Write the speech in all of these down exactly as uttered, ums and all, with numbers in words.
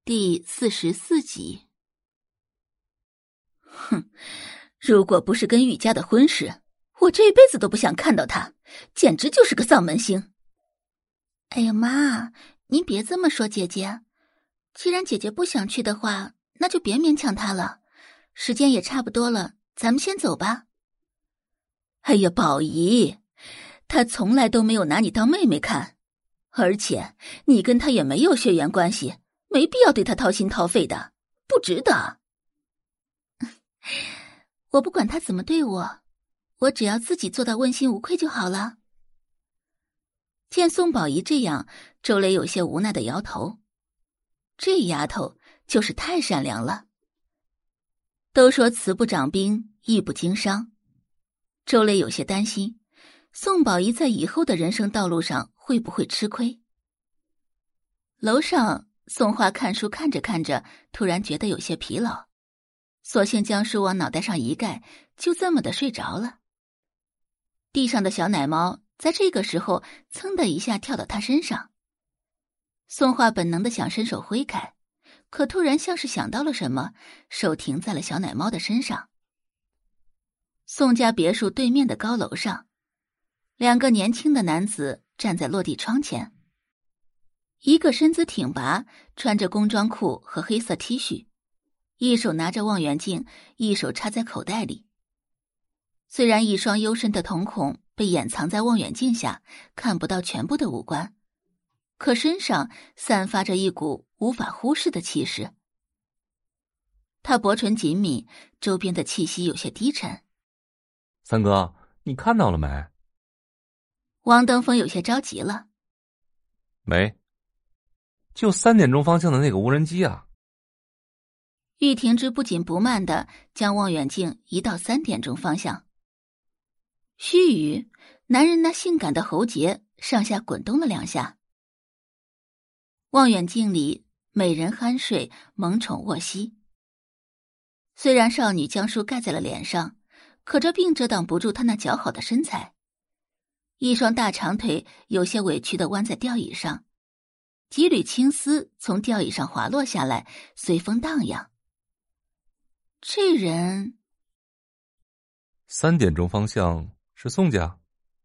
第四十四集。哼，如果不是跟玉家的婚事，我这辈子都不想看到他，简直就是个丧门星。哎呀妈，您别这么说姐姐，既然姐姐不想去的话，那就别勉强她了，时间也差不多了，咱们先走吧。哎呀，宝仪，他从来都没有拿你当妹妹看，而且你跟他也没有血缘关系，没必要对他掏心掏肺的，不值得。我不管他怎么对我，我只要自己做到问心无愧就好了。见宋宝仪这样，周雷有些无奈的摇头。这丫头就是太善良了。都说慈不掌兵，义不经商。周雷有些担心，宋宝仪在以后的人生道路上会不会吃亏。楼上，宋花看书看着看着，突然觉得有些疲劳，索性将书往脑袋上一盖，就这么的睡着了。地上的小奶猫在这个时候噌的一下跳到他身上。宋花本能的想伸手挥开，可突然像是想到了什么，手停在了小奶猫的身上。宋家别墅对面的高楼上，两个年轻的男子站在落地窗前，一个身姿挺拔，穿着工装裤和黑色 T 恤，一手拿着望远镜，一手插在口袋里。虽然一双幽深的瞳孔被掩藏在望远镜下，看不到全部的五官，可身上散发着一股无法忽视的气势。他薄唇紧抿，周边的气息有些低沉。 三哥，你看到了没？ 王登峰有些着急了。 没，就三点钟方向的那个无人机啊。 玉婷之不紧不慢地将望远镜移到三点钟方向。须臾，男人那性感的喉结上下滚动了两下。望远镜里，美人酣睡，萌宠卧息。虽然少女将书盖在了脸上，可这并遮挡不住她那姣好的身材。一双大长腿有些委屈地弯在吊椅上，几缕青丝从吊椅上滑落下来，随风荡漾。这人…… 三点钟方向是宋家？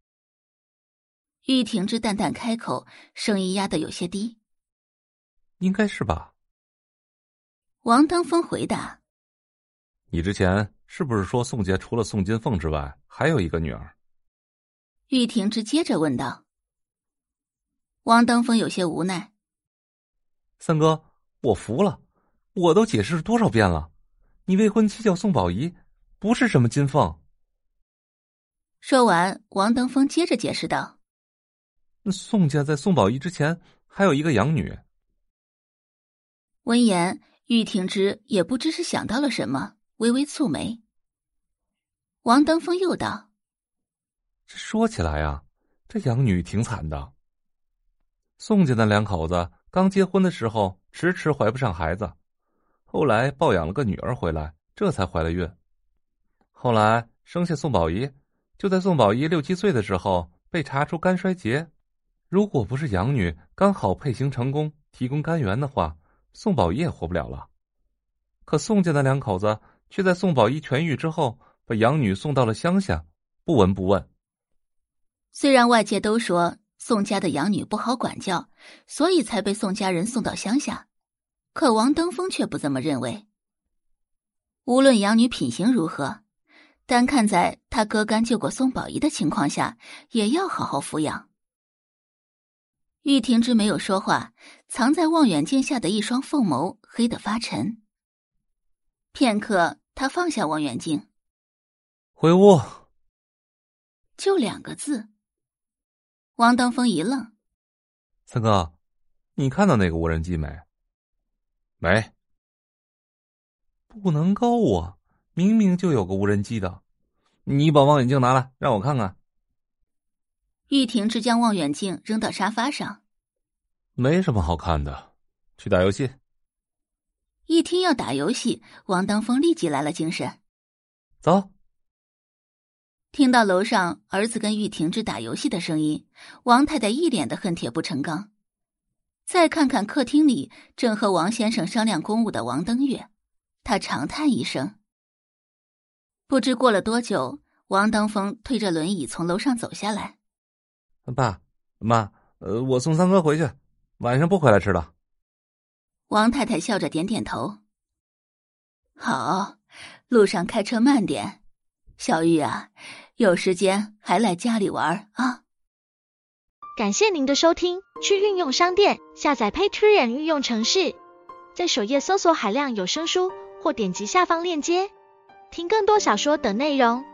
玉婷之淡淡开口，声音压得有些低。 应该是吧。 王登峰回答。 你之前是不是说宋家除了宋金凤之外还有一个女儿？ 玉婷之接着问道。王登峰有些无奈。 三哥，我服了，我都解释多少遍了，你未婚妻叫宋宝仪，不是什么金凤。 说完，王登峰接着解释道。 宋家在宋宝仪之前还有一个养女。 闻言，玉婷之也不知是想到了什么，微微蹙眉。王登峰又道。 这说起来啊，这养女挺惨的。宋家那两口子刚结婚的时候迟迟怀不上孩子，后来抱养了个女儿回来，这才怀了孕。后来生下宋宝仪，就在宋宝仪六七岁的时候被查出肝衰竭。如果不是养女刚好配型成功提供肝源的话，宋宝仪也活不了了。可宋家那两口子却在宋宝仪痊愈之后把养女送到了乡下，不闻不问。 虽然外界都说宋家的养女不好管教，所以才被宋家人送到乡下，可王登峰却不这么认为。无论养女品行如何，单看在他割肝救过宋宝仪的情况下，也要好好抚养。玉婷之没有说话，藏在望远镜下的一双凤眸黑得发沉。片刻，他放下望远镜。 回屋。 就两个字。王登峰一愣。 三哥，你看到那个无人机没？没。不能够啊，明明就有个无人机的。你把望远镜拿来，让我看看。 玉婷之将望远镜扔到沙发上。 没什么好看的，去打游戏。 一听要打游戏，王登峰立即来了精神。 走。 听到楼上儿子跟玉婷之打游戏的声音，王太太一脸的恨铁不成钢。 再看看客厅里正和王先生商量公务的王登月，他长叹一声。不知过了多久，王登峰推着轮椅从楼上走下来。 爸妈，呃，我送三哥回去，晚上不回来吃了。 王太太笑着点点头。好，路上开车慢点。小玉啊，有时间还来家里玩啊。 感谢您的收听，去运用商店下载 Patreon 运用程式，在首页搜索海量有声书，或点击下方链接听更多小说等内容。